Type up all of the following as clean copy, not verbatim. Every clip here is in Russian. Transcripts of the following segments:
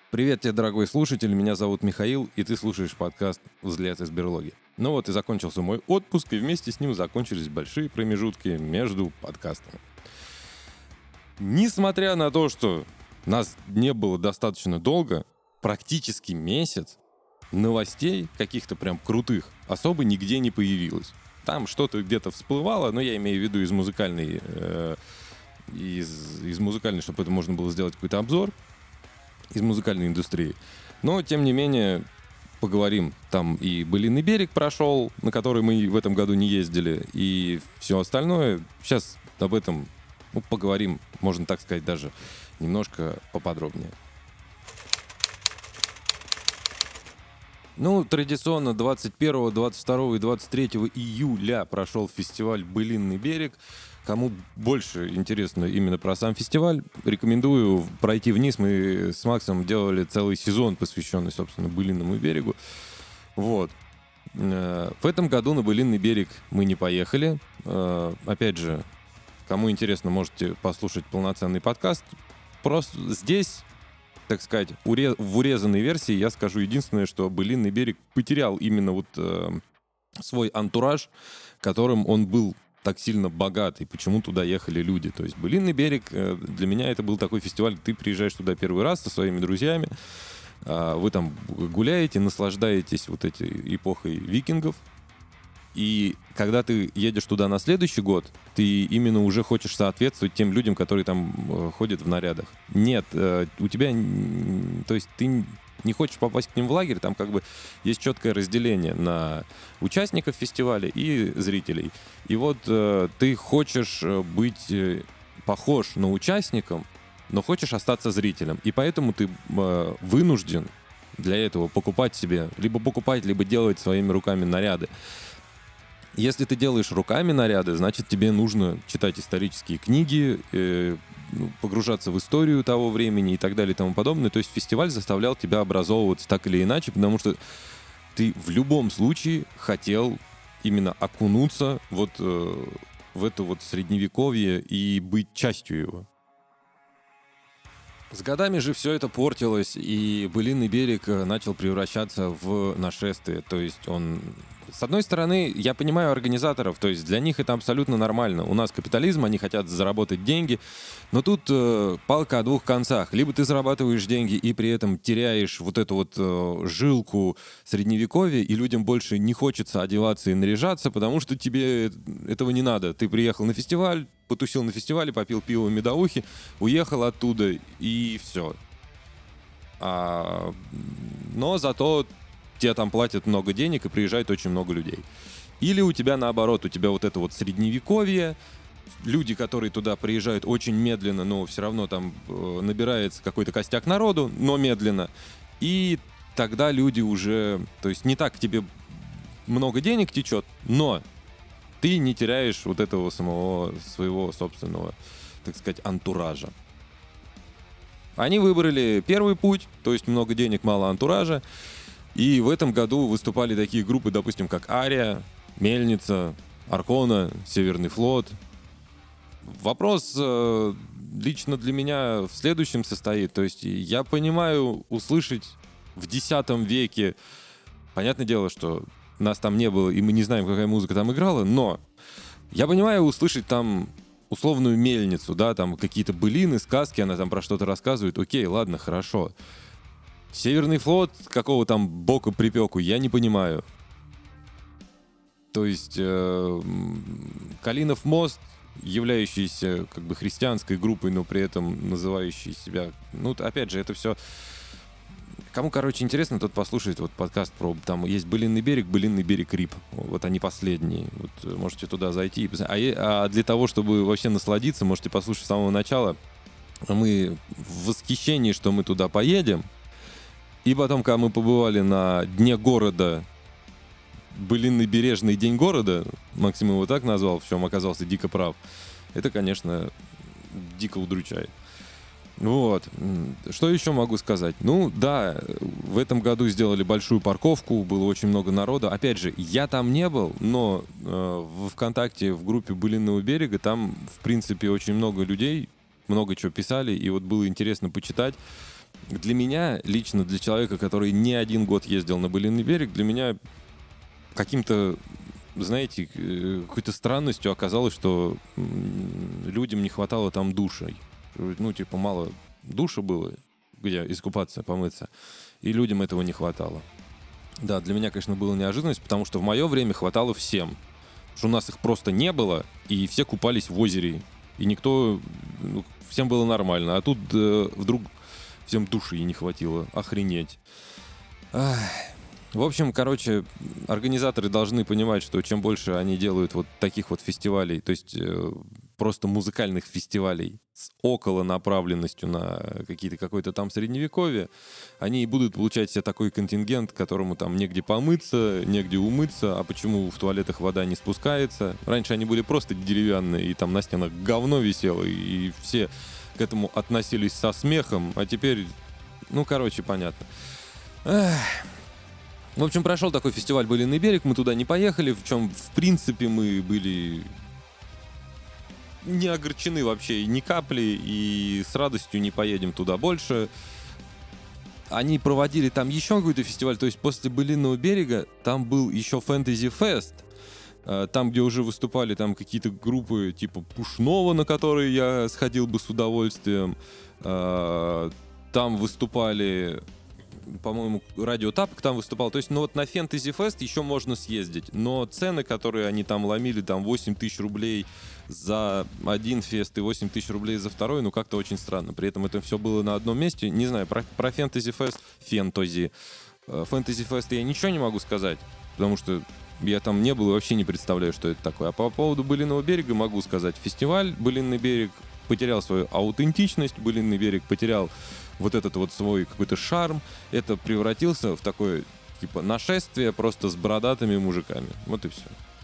Привет тебе, дорогой слушатель, меня зовут Михаил, и ты слушаешь подкаст «Взгляд из берлоги». Ну вот и закончился мой отпуск, и вместе с ним закончились большие промежутки между подкастами. Несмотря на то, что нас не было достаточно долго, практически месяц, новостей каких-то прям крутых особо нигде не появилось. Там что-то где-то всплывало, но я имею в виду из музыкальной, из музыкальной, чтобы это можно было сделать какой-то обзор, из музыкальной индустрии. Но, тем не менее, поговорим. Там и «Былинный берег» прошел, на который мы в этом году не ездили, и все остальное. Сейчас об этом поговорим, можно так сказать, даже немножко поподробнее. Ну, традиционно 21, 22 и 23 июля прошел фестиваль «Былинный берег». Кому больше интересно именно про сам фестиваль, рекомендую пройти вниз. Мы с Максом делали целый сезон, посвященный, собственно, «Былинному берегу». Вот. В этом году на «Былинный берег» мы не поехали. Опять же, кому интересно, можете послушать полноценный подкаст. Просто здесь, так сказать, в урезанной версии я скажу единственное, что «Былинный берег» потерял именно вот свой антураж, которым он был так сильно богат, и почему туда ехали люди. То есть «Былинный берег» для меня это был такой фестиваль, ты приезжаешь туда первый раз со своими друзьями, вы там гуляете, наслаждаетесь вот этой эпохой викингов, и когда ты едешь туда на следующий год, ты именно уже хочешь соответствовать тем людям, которые там ходят в нарядах. Нет, у тебя... То есть ты не хочешь попасть к ним в лагерь, там как бы есть четкое разделение на участников фестиваля и зрителей. И вот ты хочешь быть похож на участника, но хочешь остаться зрителем. И поэтому ты вынужден для этого покупать себе, либо покупать, либо делать своими руками наряды. Если ты делаешь руками наряды, значит, тебе нужно читать исторические книги, погружаться в историю того времени и так далее и тому подобное. То есть фестиваль заставлял тебя образовываться так или иначе, потому что ты в любом случае хотел именно окунуться вот в это вот средневековье и быть частью его. С годами же все это портилось, и «Былинный берег» начал превращаться в нашествие. То есть он... С одной стороны, я понимаю организаторов, то есть для них это абсолютно нормально. У нас капитализм, они хотят заработать деньги, но тут палка о двух концах. Либо ты зарабатываешь деньги и при этом теряешь вот эту вот жилку средневековья, и людям больше не хочется одеваться и наряжаться, потому что тебе этого не надо. Ты приехал на фестиваль, потусил на фестивале, попил пиво медовухи, уехал оттуда, и все. Но зато тебе там платят много денег и приезжает очень много людей. Или у тебя наоборот, у тебя вот это вот средневековье, люди, которые туда приезжают очень медленно, но все равно там набирается какой-то костяк народу, но медленно. И тогда люди уже... То есть не так к тебе много денег течет, но ты не теряешь вот этого самого своего собственного, так сказать, антуража. Они выбрали первый путь, то есть много денег, мало антуража. И в этом году выступали такие группы, допустим, как Ария, Мельница, Аркона, Северный флот. Вопрос лично для меня в следующем состоит. То есть я понимаю, услышать в X веке, понятное дело, что нас там не было, и мы не знаем, какая музыка там играла, но я понимаю услышать там условную мельницу, да, там какие-то былины, сказки, она там про что-то рассказывает. Окей, ладно, хорошо. Северный флот, какого там бока припеку, я не понимаю. То есть Калинов мост, являющийся как бы христианской группой, но при этом называющий себя... Ну, опять же, это все... Кому, короче, интересно, тот послушает вот подкаст про... Там есть «Былинный берег Рип». Вот они последние. Вот можете туда зайти. А для того, чтобы вообще насладиться, можете послушать с самого начала. Мы в восхищении, что мы туда поедем. И потом, когда мы побывали на дне города, былинный бережный день города, Максим его так назвал, в чем оказался дико прав, это, конечно, дико удручает. Вот. Что еще могу сказать? Ну, да, в этом году сделали большую парковку, было очень много народа. Опять же, я там не был, но в ВКонтакте, в группе «Былинного берега», там, в принципе, очень много людей, много чего писали, и вот было интересно почитать. Для меня, лично для человека, который не один год ездил на Былинный берег, для меня каким-то, знаете, какой-то странностью оказалось, что людям не хватало там души. Ну, типа, мало душа было, где искупаться, помыться, и людям этого не хватало. Да, для меня, конечно, была неожиданность, потому что в мое время хватало всем. Потому что у нас их просто не было, и все купались в озере. И никто... Ну, всем было нормально. А тут вдруг всем души и не хватило. Охренеть. Ах. В общем, короче, организаторы должны понимать, что чем больше они делают вот таких вот фестивалей, то есть просто музыкальных фестивалей с около направленностью на какое-то там средневековье, они будут получать себе такой контингент, которому там негде помыться, негде умыться, а почему в туалетах вода не спускается. Раньше они были просто деревянные, и там на стенах говно висело, и все к этому относились со смехом, а теперь, ну, короче, понятно. Эх. В общем, прошел такой фестиваль «Былинный берег», мы туда не поехали, в чем, в принципе, мы были не огорчены вообще ни капли, и с радостью не поедем туда больше. Они проводили там еще какой-то фестиваль, то есть после «Былинного берега» там был еще «Фэнтези-фест», там, где уже выступали там какие-то группы типа Пушного, на которые я сходил бы с удовольствием. Там выступали... По-моему, Радио Тапок там выступал. То есть, ну вот на Фэнтези Фест еще можно съездить. Но цены, которые они там ломили, там 8 тысяч рублей за один фест и 8 тысяч рублей за второй, ну как-то очень странно. При этом это все было на одном месте. Не знаю, про Фэнтези Фест, Фэнтези Фест я ничего не могу сказать, потому что я там не был и вообще не представляю, что это такое. А по поводу «Былиного берега» могу сказать. Фестиваль «Былинный берег» потерял свою аутентичность, «Былинный берег» потерял вот этот вот свой какой-то шарм. Это превратился в такое, типа, нашествие просто с бородатыми мужиками. Вот и все.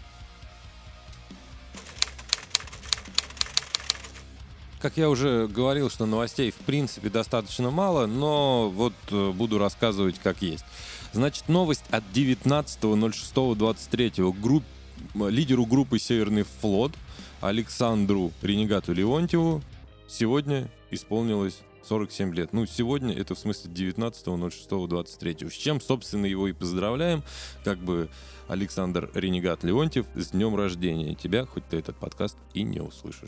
Как я уже говорил, что новостей в принципе достаточно мало, но вот буду рассказывать как есть. Значит, новость от 19.06.23. Лидеру группы «Северный флот» Александру Ренегату Леонтьеву сегодня исполнилось 47 лет. Ну, сегодня, это в смысле 19.06.23. С чем, собственно, его и поздравляем. Как бы Александр Ренегат Леонтьев, с днем рождения тебя, хоть ты этот подкаст и не услышишь.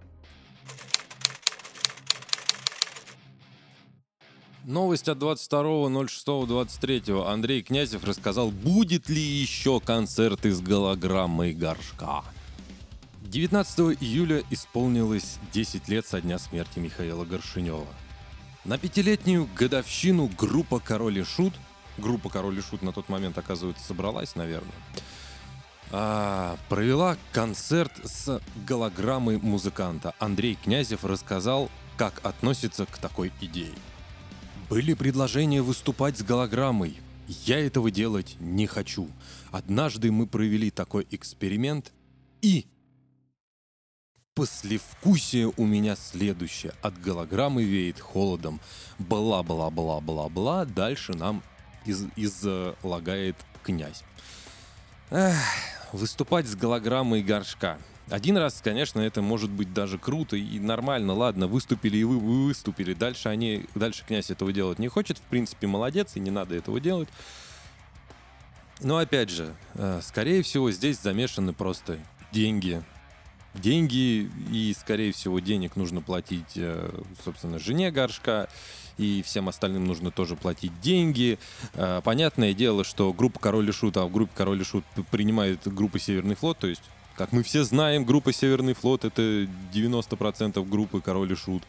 Новость от 22.06.23. Андрей Князев рассказал, будет ли еще концерт с голограммой Горшка. 19 июля исполнилось 10 лет со дня смерти Михаила Горшинева. На 5-летнюю годовщину группа «Король и Шут», группа «Король и Шут» на тот момент, оказывается, собралась, наверное, провела концерт с голограммой музыканта. Андрей Князев рассказал, как относится к такой идее. Были предложения выступать с голограммой. Я этого делать не хочу. Однажды мы провели такой эксперимент, и послевкусие у меня следующее. От голограммы веет холодом. Бла-бла-бла-бла-бла. Дальше нам излагает князь. Выступать с голограммой Горшка. Один раз, конечно, это может быть даже круто и нормально. Ладно, выступили и вы выступили. Дальше князь этого делать не хочет. В принципе, молодец, и не надо этого делать. Но опять же, скорее всего, здесь замешаны просто деньги. Деньги, и, скорее всего, денег нужно платить, собственно, жене Горшка, и всем остальным нужно тоже платить деньги. Понятное дело, что группа «Король и Шут», а в группе «Король и Шут» принимает группа «Северный флот», то есть, как мы все знаем, группа «Северный флот» — это 90% группы «Король и Шут».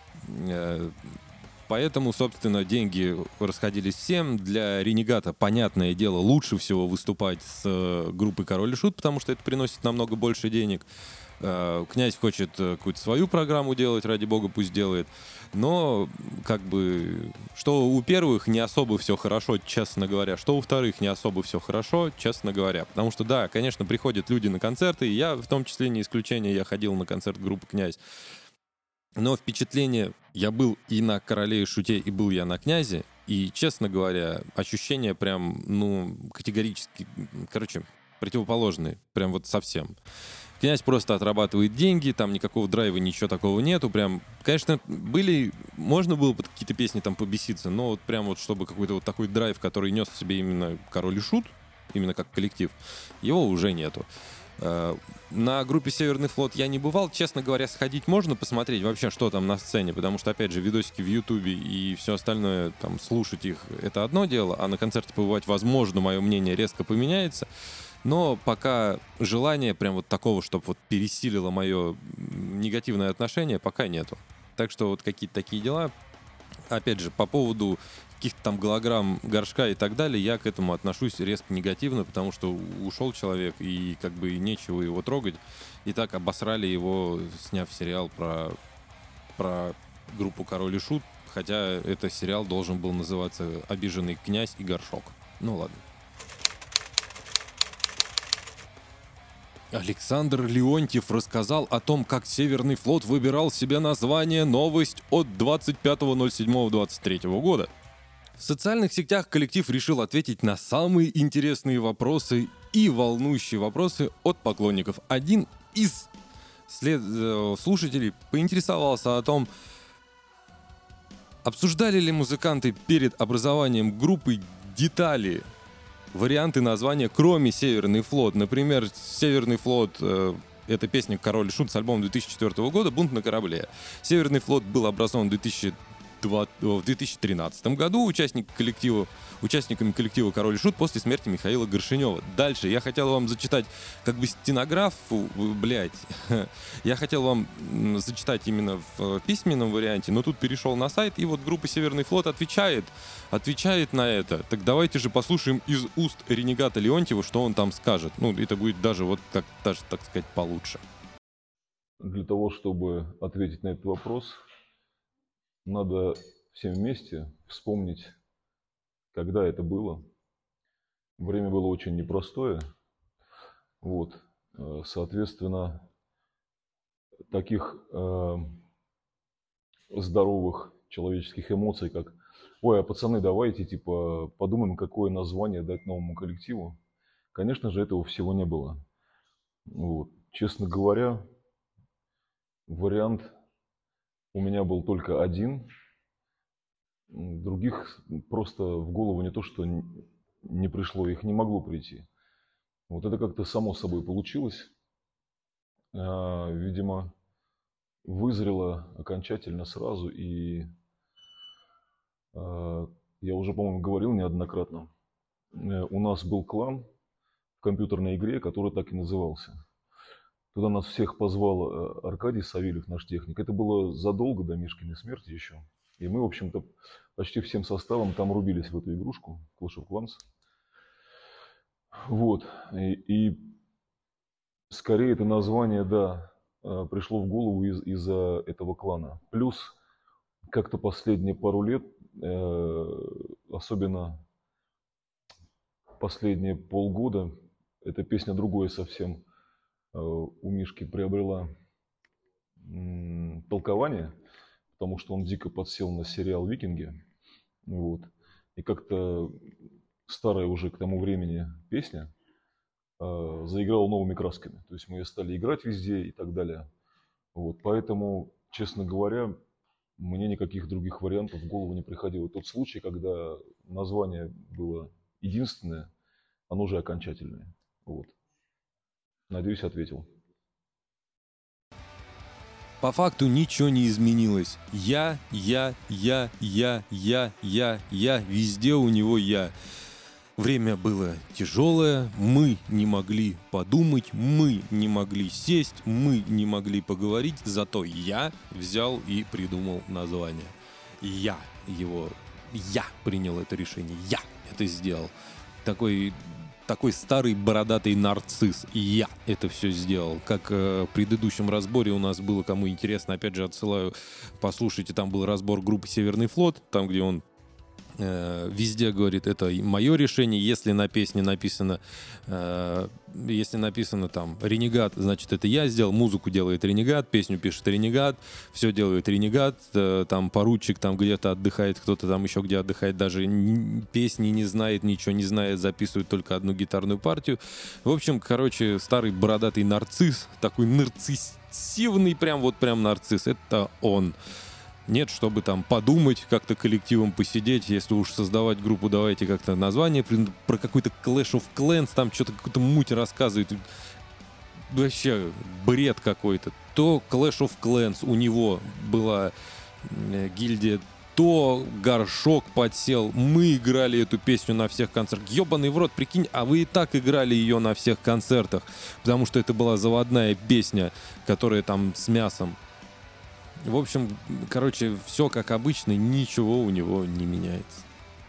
Поэтому, собственно, деньги расходились всем. Для Ренегата, понятное дело, лучше всего выступать с группой «Король и Шут», потому что это приносит намного больше денег. Князь хочет какую-то свою программу делать, ради бога, пусть делает. Но, как бы, что у первых не особо все хорошо, честно говоря, что у вторых не особо все хорошо, честно говоря. Потому что, да, конечно, приходят люди на концерты, и я в том числе не исключение, я ходил на концерт группы «Князь». Но впечатление, я был и на «Короле и Шуте», и был я на «Князе», и, честно говоря, ощущения прям, категорически, противоположные, прям вот совсем. Князь просто отрабатывает деньги, там никакого драйва, ничего такого нету. Прям, конечно, можно было под какие-то песни там побеситься, но вот прям вот чтобы какой-то вот такой драйв, который нес в себе именно Король и Шут, именно как коллектив, его уже нету. На группе «Северный флот» я не бывал. Честно говоря, сходить можно, посмотреть вообще, что там на сцене, потому что, опять же, видосики в Ютубе и все остальное, там, слушать их — это одно дело, а на концерте побывать, возможно, мое мнение резко поменяется. Но пока желания прям вот такого, чтобы вот пересилило мое негативное отношение, пока нету. Так что вот какие-то такие дела. Опять же, по поводу каких-то там голограмм Горшка и так далее, я к этому отношусь резко негативно, потому что ушел человек, и как бы нечего его трогать. И так обосрали его, сняв сериал про группу «Король и Шут», хотя этот сериал должен был называться «Обиженный князь и Горшок». Ну ладно. Александр Леонтьев рассказал о том, как Северный флот выбирал себе название. Новость от 25.07.23 года. В социальных сетях коллектив решил ответить на самые интересные вопросы и волнующие вопросы от поклонников. Один из слушателей поинтересовался о том, обсуждали ли музыканты перед образованием группы детали, варианты названия, кроме «Северный флот». Например, «Северный флот» — это песня «Король и Шут» с альбома 2004 года «Бунт на корабле». «Северный флот» был образован в 2013 году участниками коллектива «Король и Шут» после смерти Михаила Горшенева. Дальше я хотел вам зачитать как бы стенографу, я хотел вам зачитать именно в письменном варианте, но тут перешел на сайт, и вот группа «Северный флот» отвечает на это. Так давайте же послушаем из уст ренегата Леонтьева, что он там скажет. Ну, это будет даже вот как, даже, так сказать, получше. Для того, чтобы ответить на этот вопрос, надо всем вместе вспомнить, когда это было. Время было очень непростое. Вот. Соответственно, таких здоровых человеческих эмоций, как «Ой, а пацаны, давайте типа подумаем, какое название дать новому коллективу». Конечно же, этого всего не было. Вот. Честно говоря, вариант у меня был только один. Других просто в голову не то, что не пришло, их не могло прийти. Вот это как-то само собой получилось. Видимо, вызрело окончательно сразу. И я уже, по-моему, говорил неоднократно. У нас был клан в компьютерной игре, который так и назывался. Туда нас всех позвал Аркадий Савельев, наш техник. Это было задолго до Мишкиной смерти еще. И мы, в общем-то, почти всем составом там рубились в эту игрушку, Clash of Clans. Вот. И скорее это название, да, пришло в голову из-за этого клана. Плюс как-то последние пару лет, особенно последние полгода, эта песня другое совсем у Мишки приобрела толкование, потому что он дико подсел на сериал «Викинги». Вот. И как-то старая уже к тому времени песня заиграла новыми красками. То есть мы ее стали играть везде и так далее. Вот. Поэтому, честно говоря, мне никаких других вариантов в голову не приходило. Тот случай, когда название было единственное, оно уже окончательное. Вот. Надеюсь, ответил. По факту ничего не изменилось. Я, везде у него я. Время было тяжелое, мы не могли подумать, мы не могли сесть, мы не могли поговорить, зато я взял и придумал название. Я принял это решение, я это сделал. Такой старый бородатый нарцисс. И я это все сделал. Как в предыдущем разборе у нас было, кому интересно, опять же, отсылаю, послушайте, там был разбор группы «Северный флот», там, где он Везде говорит, это мое решение. Если на песне написано, там «Ренегат», значит, это я сделал. Музыку делает Ренегат, песню пишет Ренегат, все делает Ренегат. Там поручик там где-то отдыхает, кто-то там еще где отдыхает, даже песни не знает, ничего не знает, записывает только одну гитарную партию. В общем, короче, старый бородатый нарцисс, такой нарциссивный, прям нарцисс, это он. Нет, чтобы там подумать, как-то коллективом посидеть, если уж создавать группу, давайте как-то название, про какой-то Clash of Clans, там что-то какую-то муть рассказывает. Вообще бред какой-то. То Clash of Clans, у него была гильдия, то Горшок подсел. Мы играли эту песню на всех концертах. Ёбаный в рот, прикинь, а вы и так играли ее на всех концертах, потому что это была заводная песня, которая там с мясом. В общем, короче, все как обычно, ничего у него не меняется.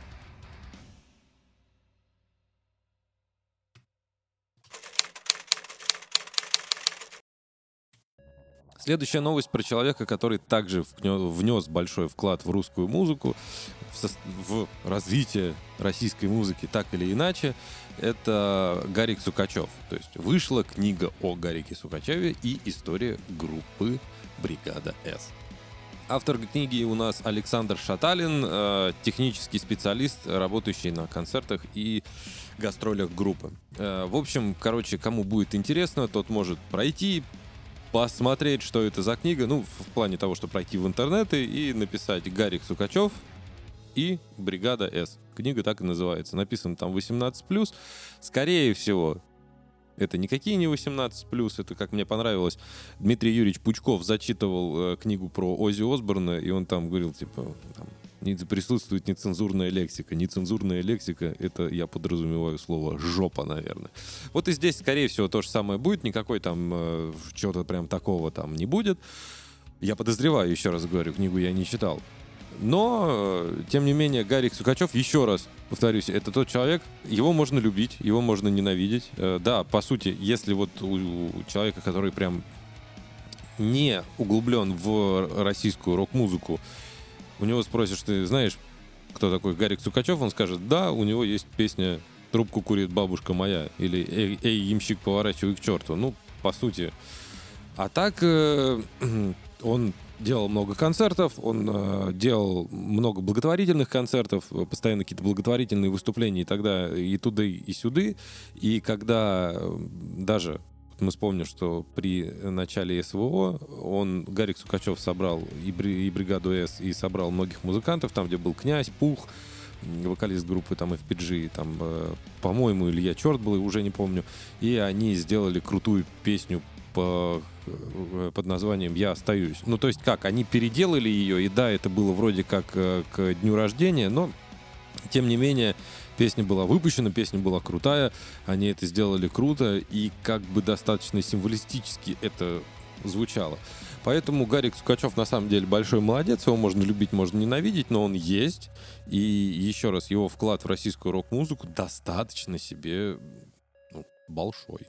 Следующая новость про человека, который также внес большой вклад в русскую музыку, в развитие российской музыки так или иначе, это Гарик Сукачев. То есть вышла книга о Гарике Сукачеве и история группы «Бригада С». Автор книги у нас Александр Шаталин, технический специалист, работающий на концертах и гастролях группы. В общем, короче, кому будет интересно, тот может пройти, посмотреть, что это за книга, ну, в плане того, что пройти в интернеты и написать «Гарик Сукачев» и «Бригада С». Книга так и называется. Написано там 18+. Скорее всего, это никакие не 18+, это, как мне понравилось, Дмитрий Юрьевич Пучков зачитывал книгу про Оззи Осборна, и он там говорил, типа, там, присутствует нецензурная лексика. Нецензурная лексика — это, я подразумеваю, слово «жопа», наверное. Вот и здесь, скорее всего, то же самое будет, никакой там чего-то прям такого там не будет. Я подозреваю, еще раз говорю, книгу я не читал. Но, тем не менее, Гарик Сукачев, еще раз повторюсь, это тот человек, его можно любить, его можно ненавидеть. Да, по сути, если вот у человека, который прям не углублен в российскую рок-музыку, у него спросишь, ты знаешь, кто такой Гарик Сукачев, он скажет, да, у него есть песня «Трубку курит бабушка моя» или «Эй, ямщик, поворачивай к черту». Ну, по сути. А так, он делал много концертов, он делал много благотворительных концертов, постоянно какие-то благотворительные выступления, и тогда и туда, и сюда. И когда даже, мы вспомним, что при начале СВО Гарик Сукачев собрал и бригаду С, и собрал многих музыкантов, там, где был Князь, Пух, вокалист группы там FPG, там, по-моему, Илья Черт был, уже не помню. И они сделали крутую песню под названием «Я остаюсь». Ну, то есть как, они переделали ее, и да, это было вроде как к дню рождения, но, тем не менее, песня была выпущена, песня была крутая, они это сделали круто, и как бы достаточно символистически это звучало. Поэтому Гарик Сукачев на самом деле большой молодец, его можно любить, можно ненавидеть, но он есть, и еще раз, его вклад в российскую рок-музыку достаточно себе большой.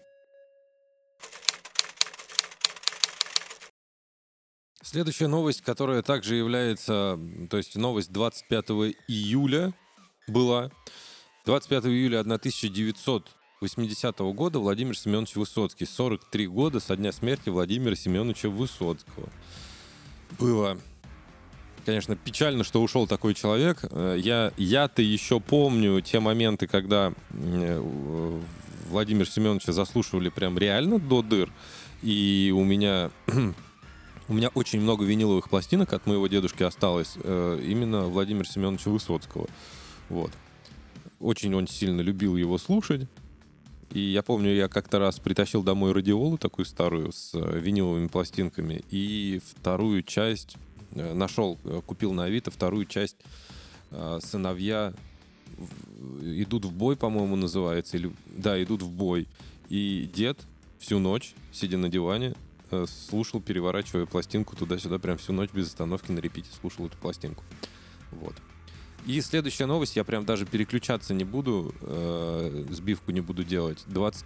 Следующая новость, которая также является, то есть новость 25 июля была. 25 июля 1980 года Владимир Семенович Высоцкий. 43 года со дня смерти Владимира Семеновича Высоцкого. Было, конечно, печально, что ушел такой человек. Я-то еще помню те моменты, когда Владимира Семеновича заслушивали прям реально до дыр. И у меня очень много виниловых пластинок от моего дедушки осталось именно Владимира Семеновича Высоцкого. Вот. Очень он сильно любил его слушать. И я помню, я как-то раз притащил домой радиолу такую старую с виниловыми пластинками. И вторую часть купил на Авито вторую часть «Сыновья идут в бой», по-моему, называется. Да, «Идут в бой». И дед всю ночь, сидя на диване, слушал, переворачивая пластинку туда-сюда, прям всю ночь без остановки на репите слушал эту пластинку. Вот. И следующая новость, я прям даже переключаться не буду, сбивку не буду делать.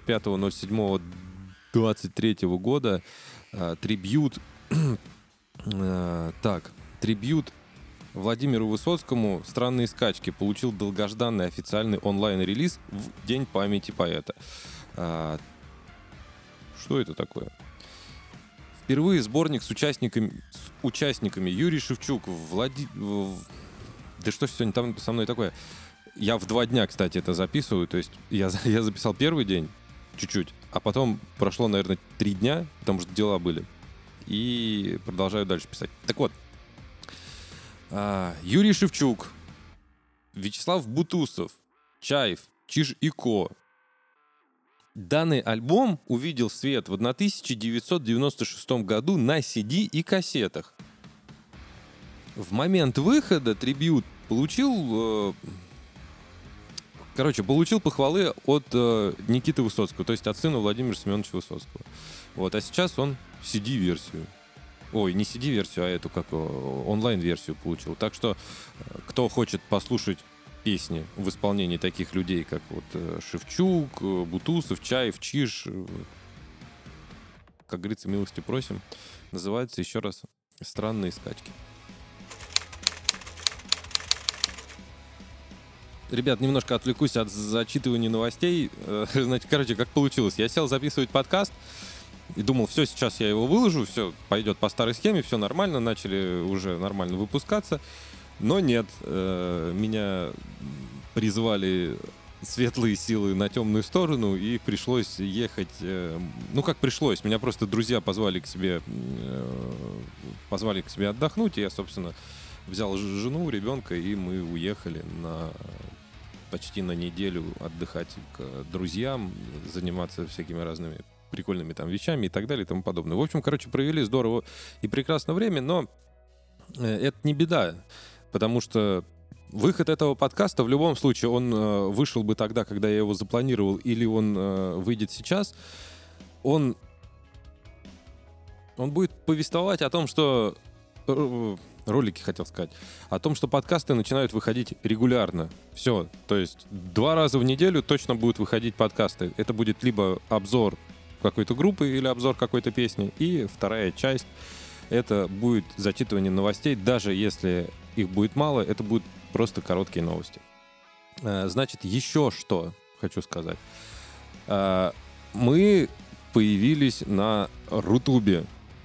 25.07.23 года трибьют Владимиру Высоцкому «Странные скачки» получил долгожданный официальный онлайн-релиз в День памяти поэта. Что это такое? Впервые сборник с участниками Юрий Шевчук, Да что сегодня там со мной такое? Я в 2 дня, кстати, это записываю. То есть я записал первый день чуть-чуть, а потом прошло, наверное, 3 дня, потому что дела были. И продолжаю дальше писать. Так вот, Юрий Шевчук, Вячеслав Бутусов, Чаев, Чиж и Ко. Данный альбом увидел свет в 1996 году на CD и кассетах. В момент выхода трибьют получил похвалы от Никиты Высоцкого, то есть от сына Владимира Семеновича Высоцкого. Вот, а сейчас он CD-версию. Ой, не CD-версию, а эту, онлайн-версию получил. Так что, кто хочет послушать песни в исполнении таких людей, как вот Шевчук, Бутусов, Чаев, Чиж, как говорится, милости просим. Называется, еще раз, «Странные скачки». Ребят, немножко отвлекусь от зачитывания новостей. Знаете, как получилось. Я сел записывать подкаст и думал, все, сейчас я его выложу, все пойдет по старой схеме, все нормально, начали уже нормально выпускаться. Но нет, меня призвали светлые силы на темную сторону, и пришлось ехать. Как пришлось, меня просто друзья позвали к себе отдохнуть, и я, собственно, взял жену, ребенка, и мы уехали почти на неделю отдыхать к друзьям, заниматься всякими разными прикольными там вещами и так далее и тому подобное. В общем, провели здорово и прекрасное время, но это не беда, потому что выход этого подкаста в любом случае, он вышел бы тогда, когда я его запланировал, или он выйдет сейчас, он будет повествовать о том, что ролики, хотел сказать, о том, что подкасты начинают выходить регулярно. Все, то есть 2 раза в неделю точно будут выходить подкасты. Это будет либо обзор какой-то группы или обзор какой-то песни, и вторая часть — это будет зачитывание новостей. Даже если их будет мало, это будут просто короткие новости. Значит, еще что хочу сказать. Мы появились на Рутубе.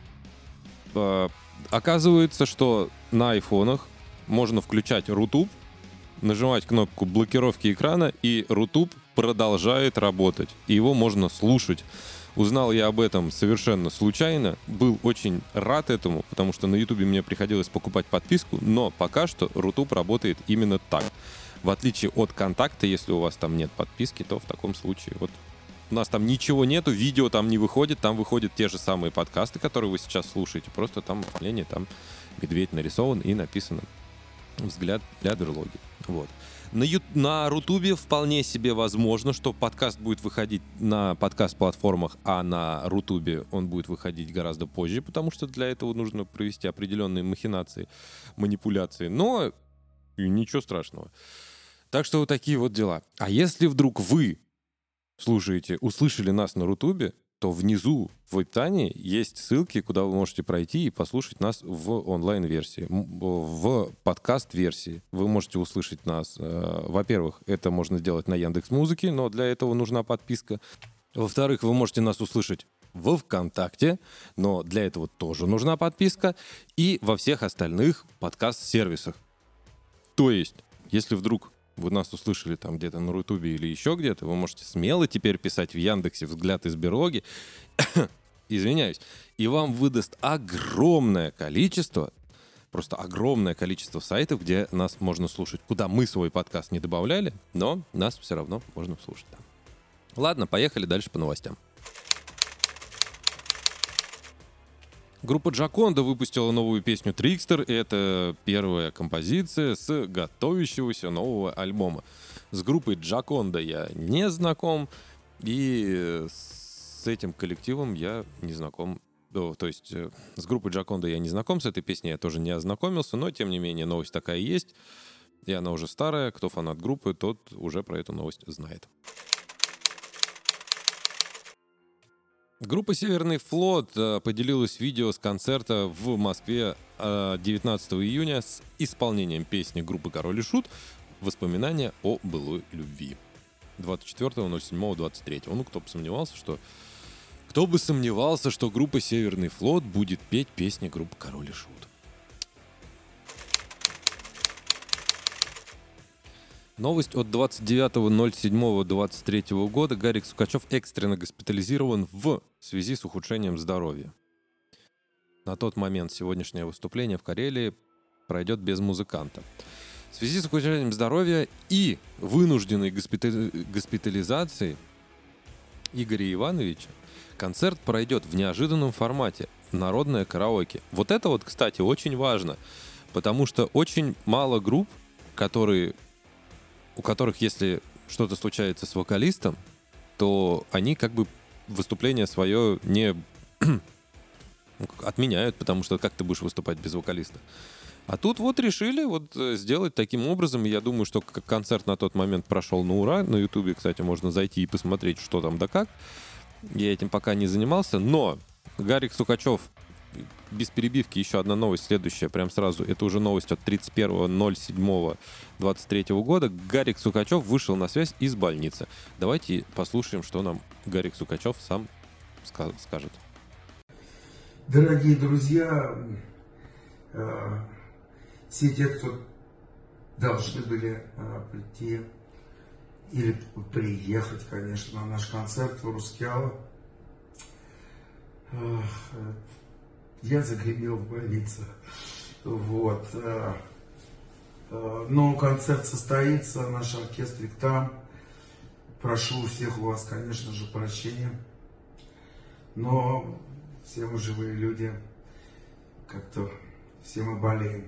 Оказывается, что на айфонах можно включать Рутуб, нажимать кнопку блокировки экрана, и Рутуб продолжает работать. И его можно слушать. Узнал я об этом совершенно случайно. Был очень рад этому, потому что на Ютубе мне приходилось покупать подписку, но пока что Рутуб работает именно так. В отличие от Контакта, если у вас там нет подписки, то в таком случае вот у нас там ничего нету, видео там не выходит, там выходят те же самые подкасты, которые вы сейчас слушаете, просто там оформление, там медведь нарисован и написано «Взгляд для берлоги». Вот. На Рутубе вполне себе возможно, что подкаст будет выходить на подкаст-платформах, а на Рутубе он будет выходить гораздо позже, потому что для этого нужно провести определенные махинации, манипуляции. Но ничего страшного. Так что вот такие вот дела. А если вдруг вы услышали нас на Рутубе, то внизу в описании есть ссылки, куда вы можете пройти и послушать нас в онлайн-версии, в подкаст-версии. Вы можете услышать нас. Во-первых, это можно сделать на Яндекс.Музыке, но для этого нужна подписка. Во-вторых, вы можете нас услышать во ВКонтакте, но для этого тоже нужна подписка. И во всех остальных подкаст-сервисах. То есть, если вдруг вы нас услышали там где-то на Рутубе или еще где-то, вы можете смело теперь писать в Яндексе «Взгляд из берлоги», извиняюсь, и вам выдаст просто огромное количество сайтов, где нас можно слушать, куда мы свой подкаст не добавляли, но нас все равно можно слушать там. Ладно, поехали дальше по новостям. Группа Джоконда выпустила новую песню «Трикстер». Это первая композиция с готовящегося нового альбома. С группой Джоконда я не знаком, и с этим коллективом я не знаком. То есть с группой Джоконда я не знаком, с этой песней я тоже не ознакомился, но тем не менее новость такая есть, и она уже старая. Кто фанат группы, тот уже про эту новость знает. Группа «Северный флот» поделилась видео с концерта в Москве 19 июня с исполнением песни группы «Король и Шут» «Воспоминания о былой любви». 24.07.23. Ну, кто бы сомневался, что группа «Северный флот» будет петь песни группы «Король и Шут». Новость от 29.07.23 года. Гарик Сукачев экстренно госпитализирован в связи с ухудшением здоровья. На тот момент сегодняшнее выступление в Карелии пройдет без музыканта. В связи с ухудшением здоровья и вынужденной госпитализацией Игоря Ивановича концерт пройдет в неожиданном формате — народное караоке. Вот это вот, кстати, очень важно, потому что очень мало групп, у которых, если что-то случается с вокалистом, то они как бы выступление свое не отменяют, потому что как ты будешь выступать без вокалиста? А тут вот решили вот сделать таким образом. Я думаю, что концерт на тот момент прошел на ура. На Ютубе, кстати, можно зайти и посмотреть, что там да как. Я этим пока не занимался, но Гарик Сукачев, без перебивки, еще одна новость, следующая, прям сразу. Это уже новость от 31.07.23 года. Гарик Сукачев вышел на связь из больницы. Давайте послушаем, что нам Гарик Сукачев сам скажет. Дорогие друзья, все те, кто должны были прийти или приехать, конечно, на наш концерт в Рускеала, я загремел в больнице. Вот. Но концерт состоится, наш оркестрик там. Прошу у всех у вас, конечно же, прощения. Но все мы живые люди, как-то все мы болеем.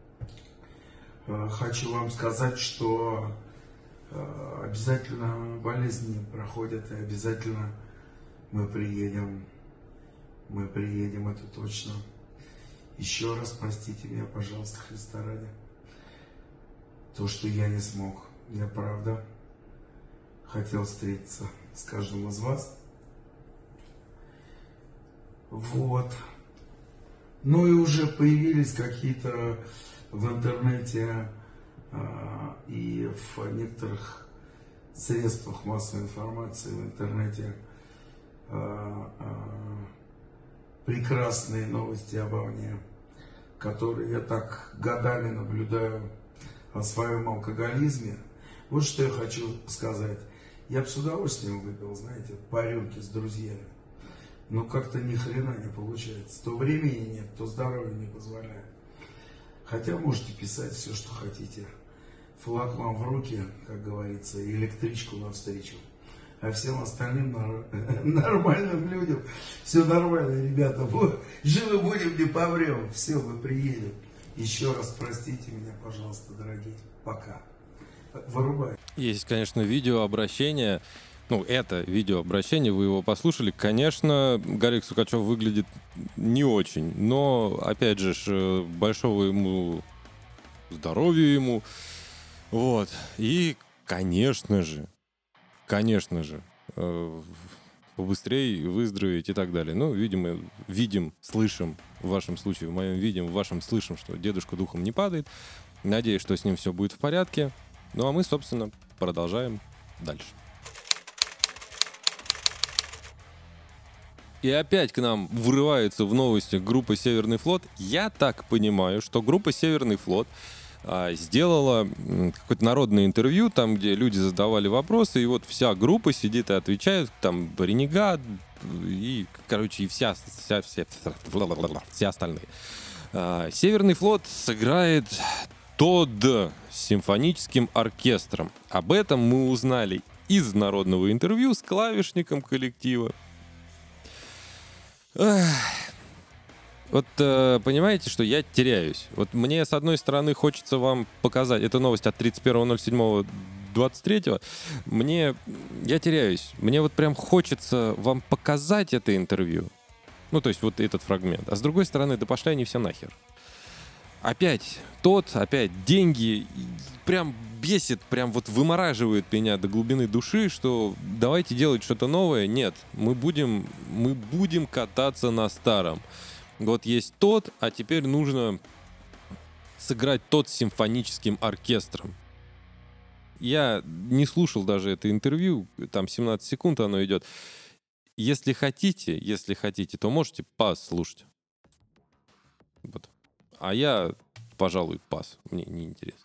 Хочу вам сказать, что обязательно болезни проходят, и обязательно мы приедем. Мы приедем, это точно. Еще раз простите меня, пожалуйста, Христа ради. То, что я не смог. Я, правда, хотел встретиться с каждым из вас. Вот. Ну и уже появились какие-то в интернете и в некоторых средствах массовой информации в интернете прекрасные новости обо мне, которые я так годами наблюдаю о своем алкоголизме. Вот что я хочу сказать. Я бы с удовольствием выпил, знаете, по рюмке с друзьями. Но как-то ни хрена не получается. То времени нет, то здоровье не позволяет. Хотя можете писать все, что хотите. Флаг вам в руки, как говорится, и электричку навстречу. А всем остальным нормальным людям все нормально, ребята. Вот, живы будем, не помрем. Все, мы приедем. Еще раз простите меня, пожалуйста, дорогие. Пока. Вырубай. Есть, конечно, видеообращение. Ну, это видеообращение, вы его послушали. Конечно, Гарик Сукачев выглядит не очень. Но, опять же, большого ему здоровья ему. Вот. И, конечно же, побыстрее выздороветь и так далее. Ну, видим, слышим, в вашем случае, в моем видим, в вашем слышим, что дедушка духом не падает. Надеюсь, что с ним все будет в порядке. Ну, а мы, собственно, продолжаем дальше. И опять к нам врывается в новости группа «Северный флот». Я так понимаю, что группа «Северный флот» сделала какое-то народное интервью, там, где люди задавали вопросы, и вот вся группа сидит и отвечает, там, Ренегат и, короче, и все остальные. «Северный флот» сыграет ТОД с симфоническим оркестром. Об этом мы узнали из народного интервью с клавишником коллектива. Вот понимаете, что я теряюсь. Вот мне, с одной стороны, хочется вам показать. Это новость от 31.07.23. Я теряюсь. Мне вот прям хочется вам показать это интервью. Ну, то есть вот этот фрагмент. А с другой стороны, да пошли они все нахер. Опять деньги. Прям бесит, прям вот вымораживает меня до глубины души, что давайте делать что-то новое. Нет, мы будем кататься на старом. Вот есть тот, а теперь нужно сыграть тот с симфоническим оркестром. Я не слушал даже это интервью, там 17 секунд оно идет. Если хотите, то можете послушать. Вот. А я, пожалуй, пас. Мне не интересно.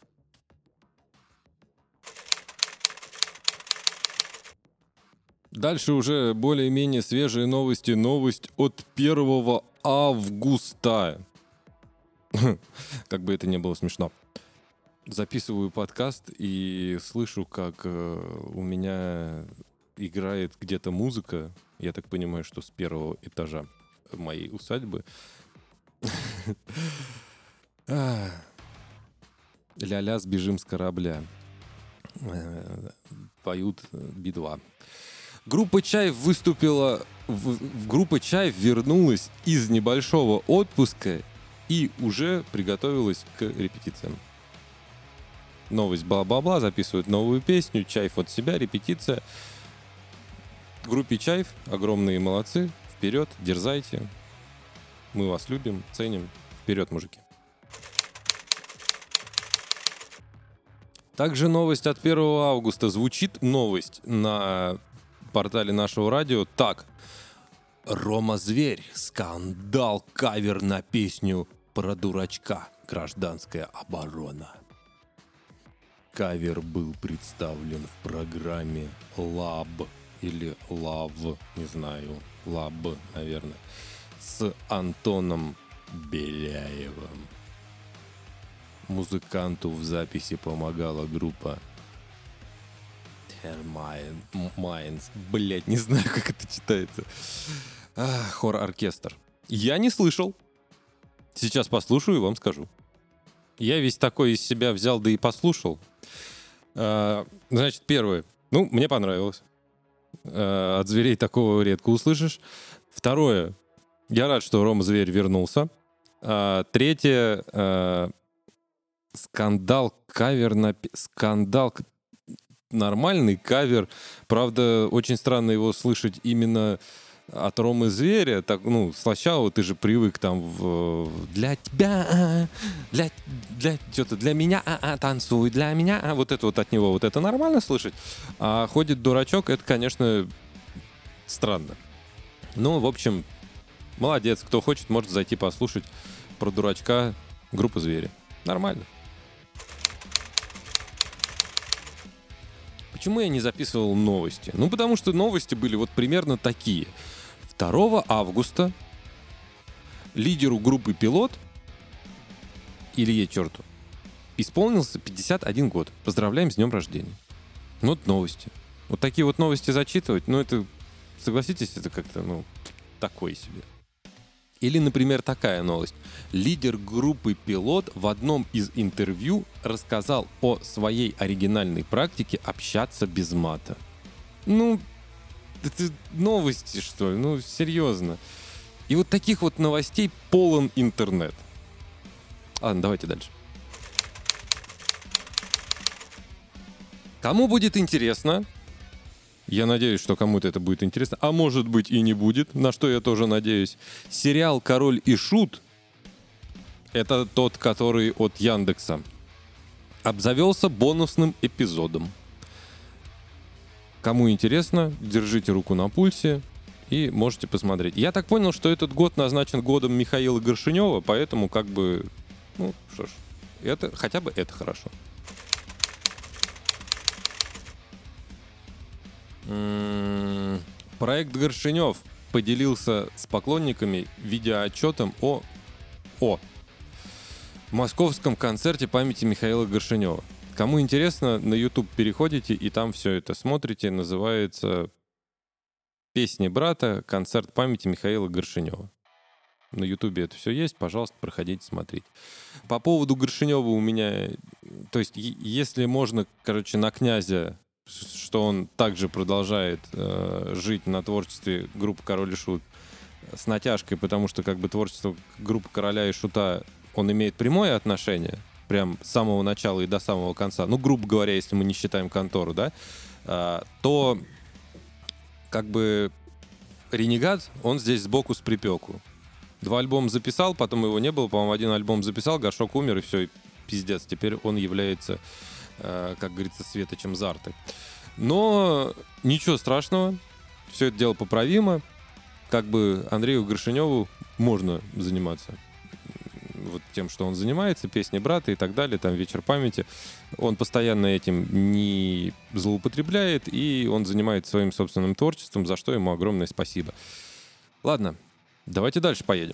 Дальше уже более-менее свежие новости. Новость от 1 августа. Как бы это ни было смешно. Записываю подкаст и слышу, как у меня играет где-то музыка. Я так понимаю, что с 1-го этажа моей усадьбы. Ля-ля, сбежим с корабля. Поют Би-2. Группа «Чайф» выступила... Группа «Чайф» вернулась из небольшого отпуска и уже приготовилась к репетициям. Новость бла-бла-бла, записывают новую песню, «Чайф» от себя, репетиция. Группе «Чайф» огромные молодцы. Вперед, дерзайте. Мы вас любим, ценим. Вперед, мужики. Также новость от 1 августа. Звучит новость на портале нашего радио так. Рома Зверь. Скандал, кавер на песню про дурачка. Гражданская оборона. Кавер был представлен в программе «Лаб» или «Лав», не знаю, «Лаб», наверное, с Антоном Беляевым. Музыканту в записи помогала группа Termines. Блять, не знаю, как это читается. Хор-оркестр. Я не слышал. Сейчас послушаю и вам скажу. Я весь такой из себя взял, да и послушал. Значит, первое. Ну, мне понравилось. От зверей такого редко услышишь. Второе. Я рад, что Рома Зверь вернулся. Третье. Скандал, кавер на... Скандал. Нормальный кавер. Правда, очень странно его слышать именно от Ромы Зверя. Так, ну, сначала ты же привык там для тебя, что-то для меня, танцуй для меня. Вот это вот от него, вот это нормально слышать. А ходит дурачок, это, конечно, странно. Ну, в общем, молодец. Кто хочет, может зайти послушать про дурачка группы «Звери». Нормально. Почему я не записывал новости? Ну, потому что новости были вот примерно такие. 2 августа лидеру группы «Пилот» Илье Черту исполнился 51 год. Поздравляем с днем рождения. Ну, вот новости. Вот такие вот новости зачитывать, ну, это, согласитесь, это как-то, ну, такое себе. Или, например, такая новость. Лидер группы «Пилот» в одном из интервью рассказал о своей оригинальной практике общаться без мата. Ну, это новости, что ли? Ну, серьезно. И вот таких вот новостей полон интернет. Ладно, давайте дальше. Кому будет интересно... Я надеюсь, что кому-то это будет интересно. А может быть и не будет, на что я тоже надеюсь. Сериал «Король и Шут» — это тот, который от Яндекса. Обзавелся бонусным эпизодом. Кому интересно, держите руку на пульсе и можете посмотреть. Я так понял, что этот год назначен годом Михаила Горшенева, поэтому как бы... Ну, что ж, это, хотя бы это хорошо. Проект Горшенев поделился с поклонниками видеоотчетом о московском концерте памяти Михаила Горшенева. Кому интересно, на YouTube переходите и там все это смотрите. Называется «Песни брата. Концерт памяти Михаила Горшенева». На YouTube это все есть, пожалуйста, проходите смотреть. По поводу Горшенева у меня... То есть, если можно, короче, на князя... что он также продолжает жить на творчестве группы «Король и Шут» с натяжкой, потому что как бы творчество группы «Короля и Шута» он имеет прямое отношение, прям с самого начала и до самого конца, ну, грубо говоря, если мы не считаем контору, да, то как бы «Ренегат», он здесь сбоку с припеку. 2 альбома записал, потом его не было, по-моему, 1 альбом записал, Горшок умер, и все, пиздец. Теперь он является, как говорится, светочем Зарты. Но ничего страшного, все это дело поправимо. Как бы Андрею Горшеневу можно заниматься вот тем, что он занимается, песни брата и так далее, там «Вечер памяти». Он постоянно этим не злоупотребляет, и он занимается своим собственным творчеством, за что ему огромное спасибо. Ладно, давайте дальше поедем.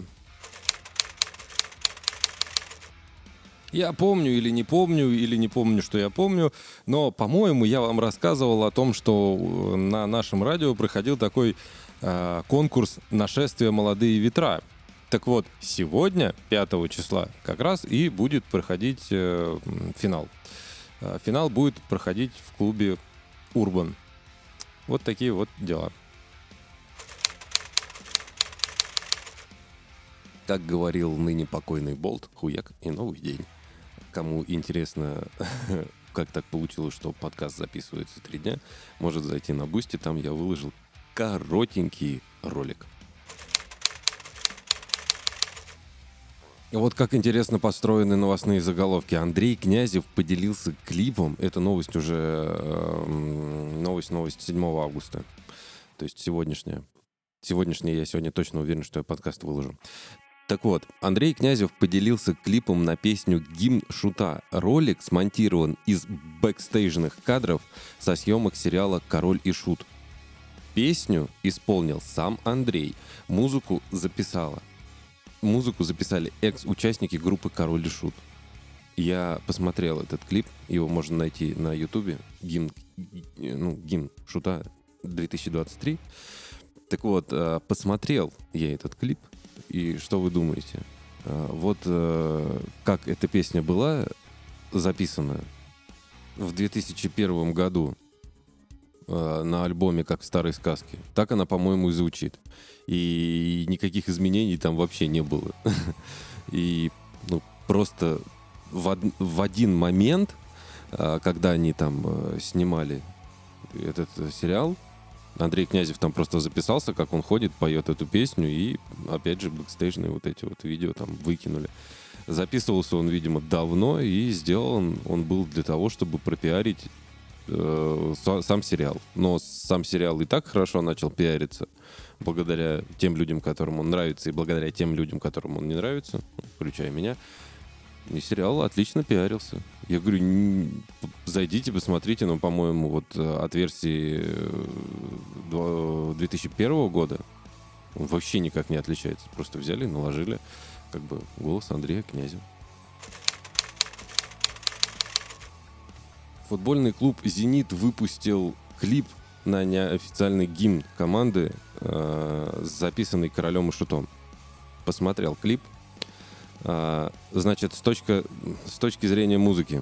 Я помню или не помню, что я помню, но, по-моему, я вам рассказывал о том, что на нашем радио проходил такой конкурс «Нашествие молодые ветра». Так вот, сегодня, 5 числа, как раз и будет проходить финал. Финал будет проходить в клубе «Урбан». Вот такие вот дела. Как говорил ныне покойный Болт, хуяк и новый день. Кому интересно, как так получилось, что подкаст записывается 3 дня, может зайти на Бусти, там я выложил коротенький ролик. Вот как интересно построены новостные заголовки. Андрей Князев поделился клипом. Это новость уже... Новость 7 августа. То есть сегодняшняя. Я сегодня точно уверен, что я подкаст выложу. Так вот, Андрей Князев поделился клипом на песню «Гимн Шута». Ролик смонтирован из бэкстейжных кадров со съемок сериала «Король и Шут». Песню исполнил сам Андрей. Музыку записали экс-участники группы «Король и Шут». Я посмотрел этот клип, его можно найти на Ютубе. Гимн Шута 2023. Так вот, посмотрел я этот клип, и что вы думаете? Вот как эта песня была записана в 2001 году на альбоме «Как в старой сказке», так она, по-моему, и звучит. И никаких изменений там вообще не было. И просто в один момент, когда они там снимали этот сериал, Андрей Князев там просто записался, как он ходит, поет эту песню, и опять же бэкстейжные вот эти вот видео там выкинули. Записывался он, видимо, давно, и сделан он был для того, чтобы пропиарить сам сериал. Но сам сериал и так хорошо начал пиариться благодаря тем людям, которым он нравится, и благодаря тем людям, которым он не нравится, включая меня. И сериал отлично пиарился. Я говорю, зайдите, посмотрите, но, по-моему, вот от версии 2001 года он вообще никак не отличается. Просто взяли и наложили как бы голос Андрея Князева. Футбольный клуб «Зенит» выпустил клип на неофициальный гимн команды, записанный Королем и Шутом. Посмотрел клип. Значит, с точки зрения музыки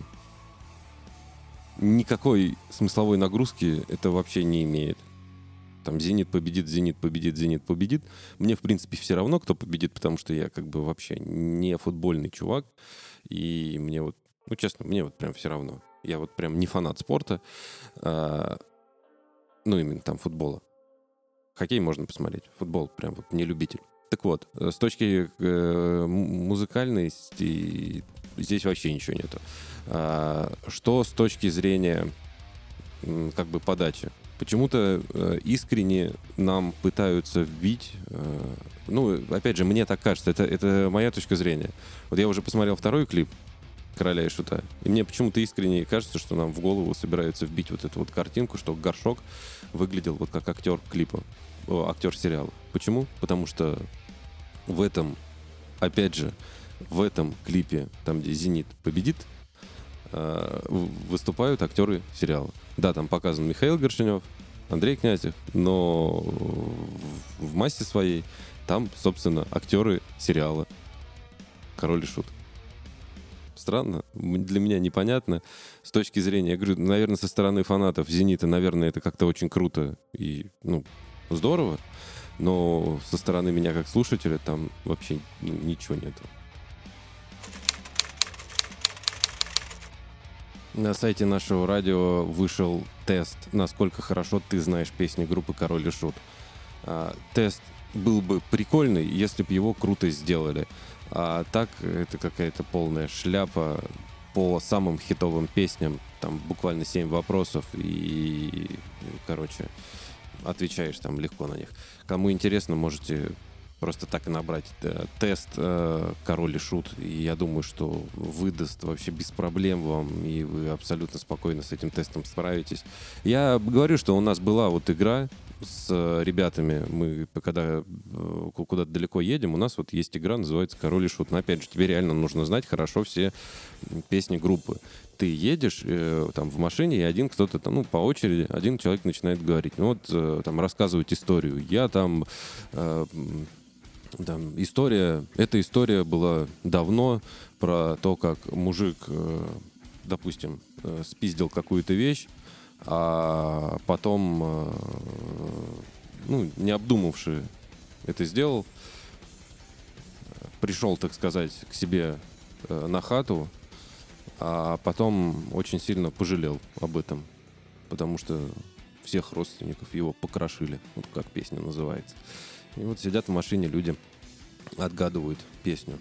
никакой смысловой нагрузки это вообще не имеет. Там «Зенит победит», «Зенит победит», «Зенит победит». Мне, в принципе, все равно, кто победит, потому что я как бы вообще не футбольный чувак. И мне вот, честно, мне вот прям все равно. Я вот прям не фанат спорта. Именно там футбола. Хоккей можно посмотреть. Футбол прям вот не любитель. Так вот, с точки музыкальности здесь вообще ничего нету. Что с точки зрения как бы подачи? Почему-то искренне нам пытаются вбить... опять же, мне так кажется, это моя точка зрения. Вот я уже посмотрел второй клип «Короля и Шута», и мне почему-то искренне кажется, что нам в голову собираются вбить вот эту вот картинку, что Горшок выглядел вот как актер клипа, актер сериала. Почему? Потому что в этом клипе, там, где «Зенит» победит, выступают актеры сериала. Да, там показан Михаил Горшенев, Андрей Князев, но в массе своей там, собственно, актеры сериала «Король и Шут». Странно, для меня непонятно. С точки зрения, я говорю, наверное, со стороны фанатов «Зенита», наверное, это как-то очень круто и, здорово. Но со стороны меня как слушателя там вообще ничего нету. На сайте нашего радио вышел тест, насколько хорошо ты знаешь песни группы «Король и Шут». Тест был бы прикольный, если бы его круто сделали. А так это какая-то полная шляпа по самым хитовым песням. Там буквально 7 вопросов и, короче, отвечаешь там легко на них. Кому интересно, можете просто так и набрать тест «Король и Шут». И я думаю, что выдаст вообще без проблем вам, и вы абсолютно спокойно с этим тестом справитесь. Я говорю, что у нас была вот игра с ребятами. Мы, когда куда-то далеко едем, у нас вот есть игра, называется «Король и Шут». Но опять же, тебе реально нужно знать хорошо все песни группы. Ты едешь там в машине, и один кто-то там, по очереди, один человек начинает говорить. Там рассказывать историю. Я там... Эта история была давно про то, как мужик, допустим, спиздил какую-то вещь, а потом, не обдумавши это сделал, пришел, так сказать, к себе на хату, а потом очень сильно пожалел об этом, потому что всех родственников его покрошили, вот как песня называется. И вот сидят в машине люди, отгадывают песню.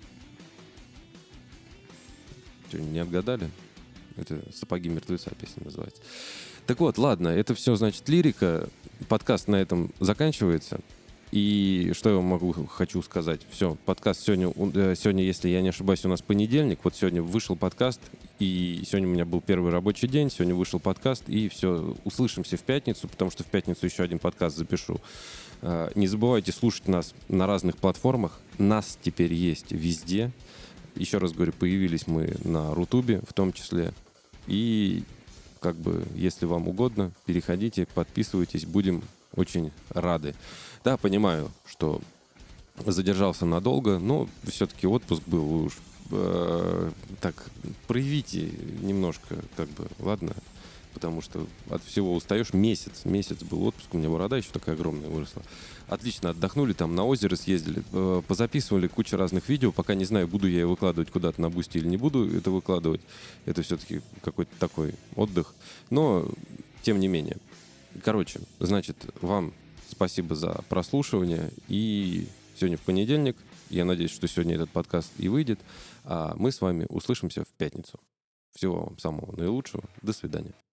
Что, не отгадали? Это «Сапоги мертвеца» песня называется. Так вот, ладно, это все, значит, лирика. Подкаст на этом заканчивается. И что я хочу сказать? Все, подкаст сегодня, если я не ошибаюсь, у нас понедельник. Вот сегодня вышел подкаст, и сегодня у меня был первый рабочий день. Сегодня вышел подкаст, и все, услышимся в пятницу, потому что в пятницу еще один подкаст запишу. Не забывайте слушать нас на разных платформах. Нас теперь есть везде. Еще раз говорю, появились мы на Рутубе в том числе. И если вам угодно, переходите, подписывайтесь, будем очень рады. Да, понимаю, что задержался надолго, но все-таки отпуск был, вы уж так проявите немножко, ладно, потому что от всего устаешь. Месяц был отпуск, у меня борода еще такая огромная выросла. Отлично отдохнули, там на озеро съездили, позаписывали кучу разных видео, пока не знаю, буду я выкладывать куда-то на Бусти или не буду это выкладывать. Это все-таки какой-то такой отдых, но тем не менее. Короче, значит, вам спасибо за прослушивание. И сегодня в понедельник. Я надеюсь, что сегодня этот подкаст и выйдет. А мы с вами услышимся в пятницу. Всего вам самого наилучшего. До свидания.